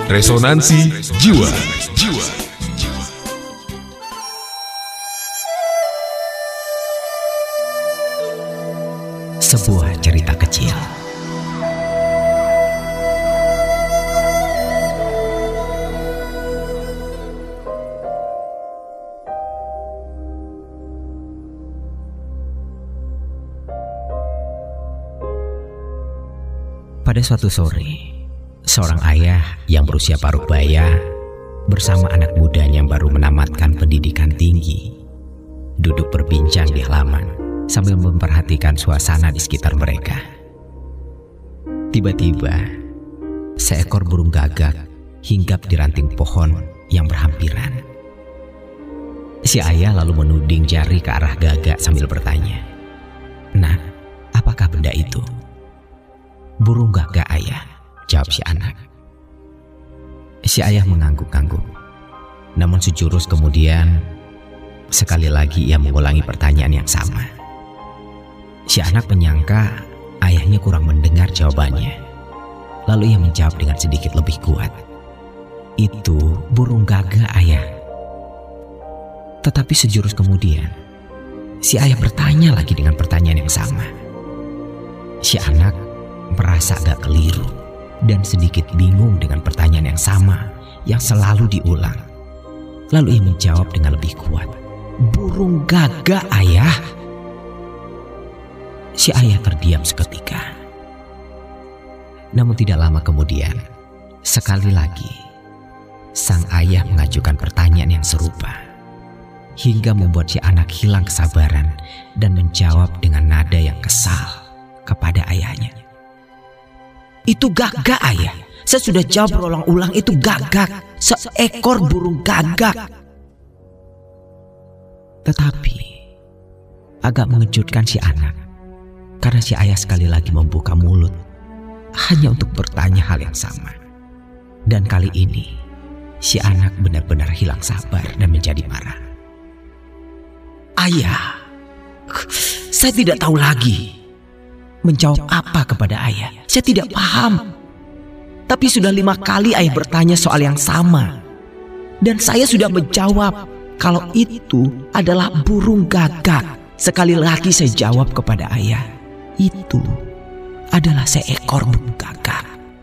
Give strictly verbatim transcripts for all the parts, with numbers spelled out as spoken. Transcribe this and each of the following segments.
Resonansi Jiwa. Sebuah cerita kecil. Pada suatu sore, seorang ayah yang berusia paruh baya bersama anak mudanya yang baru menamatkan pendidikan tinggi duduk berbincang di halaman sambil memperhatikan suasana di sekitar mereka. Tiba-tiba, seekor burung gagak hinggap di ranting pohon yang berhampiran. Si ayah lalu menuding jari ke arah gagak sambil bertanya, "Nah, apakah benda itu?" "Burung gagak, ayah," jawab si anak. Si ayah mengangguk-angguk. Namun sejurus kemudian, sekali lagi ia mengulangi pertanyaan yang sama. Si anak menyangka ayahnya kurang mendengar jawabannya. Lalu ia menjawab dengan sedikit lebih kuat, "Itu burung gagak, ayah." Tetapi sejurus kemudian, si ayah bertanya lagi dengan pertanyaan yang sama. Si anak merasa agak keliru dan sedikit bingung dengan pertanyaan yang sama yang selalu diulang. Lalu ia menjawab dengan lebih kuat, "Burung gagak, ayah." Si ayah terdiam seketika. Namun tidak lama kemudian, sekali lagi, sang ayah mengajukan pertanyaan yang serupa, hingga membuat si anak hilang kesabaran dan menjawab dengan nada yang kesal kepada ayahnya, "Itu gagak, ayah. Saya sudah jawab berulang-ulang, itu gagak. Seekor burung gagak." Tetapi agak mengejutkan si anak, karena si ayah sekali lagi membuka mulut hanya untuk bertanya hal yang sama. Dan kali ini si anak benar-benar hilang sabar dan menjadi marah. "Ayah, saya tidak tahu lagi menjawab apa kepada ayah. Saya tidak paham. Tapi sudah lima kali ayah bertanya soal yang sama. Dan saya sudah menjawab kalau itu adalah burung gagak. Sekali lagi saya jawab kepada ayah, itu adalah seekor burung gagak,"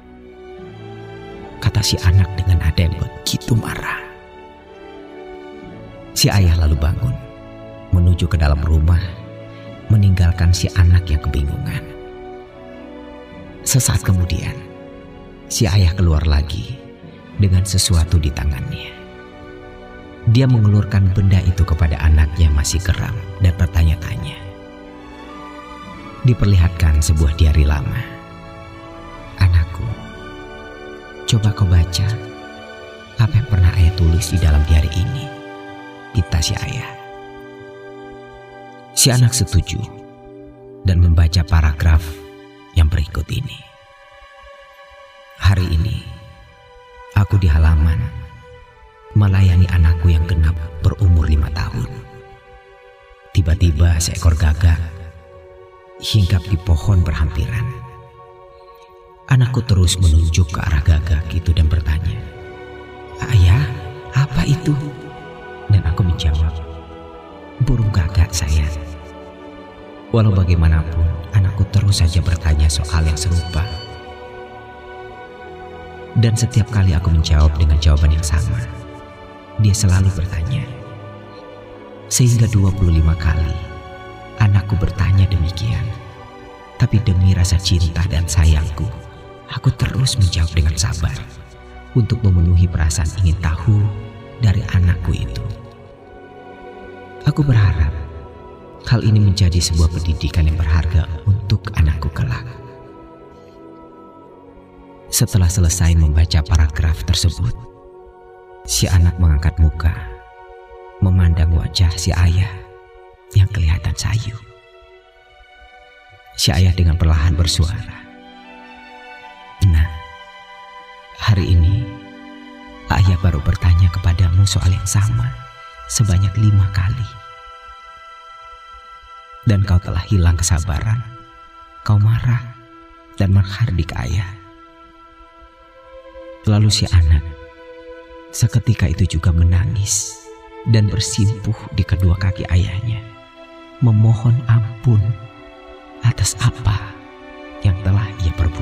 kata si anak dengan nada yang begitu marah. Si ayah lalu bangun, menuju ke dalam rumah, meninggalkan si anak yang kebingungan. Sesaat kemudian, si ayah keluar lagi dengan sesuatu di tangannya. Dia mengelurkan benda itu kepada anaknya yang masih geram dan bertanya-tanya. Diperlihatkan sebuah diari lama. "Anakku, coba kau baca apa yang pernah ayah tulis di dalam diari ini," pinta si ayah. Si anak setuju dan membaca paragraf yang berikut ini. "Hari ini, aku di halaman melayani anakku yang genap berumur lima tahun. Tiba-tiba seekor gagak hinggap di pohon berhampiran. Anakku terus menunjuk ke arah gagak itu dan bertanya, 'Ayah, apa itu?' Dan aku menjawab, 'Burung gagak, sayang.' Walau bagaimanapun, anakku terus saja bertanya soal yang serupa. Dan setiap kali aku menjawab dengan jawaban yang sama, dia selalu bertanya. Sehingga dua puluh lima kali anakku bertanya demikian. Tapi demi rasa cinta dan sayangku, aku terus menjawab dengan sabar untuk memenuhi perasaan ingin tahu dari anakku itu. Aku berharap hal ini menjadi sebuah pendidikan yang berharga untuk anakku kelak." Setelah selesai membaca paragraf tersebut, si anak mengangkat muka, memandang wajah si ayah yang kelihatan sayu. Si ayah dengan perlahan bersuara, "Nah, hari ini ayah baru bertanya kepadamu soal yang sama sebanyak lima kali. Dan kau telah hilang kesabaran, kau marah dan menghardik ayah. Lalu si anak seketika itu juga menangis dan bersimpuh di kedua kaki ayahnya, memohon ampun atas apa yang telah ia perbuat.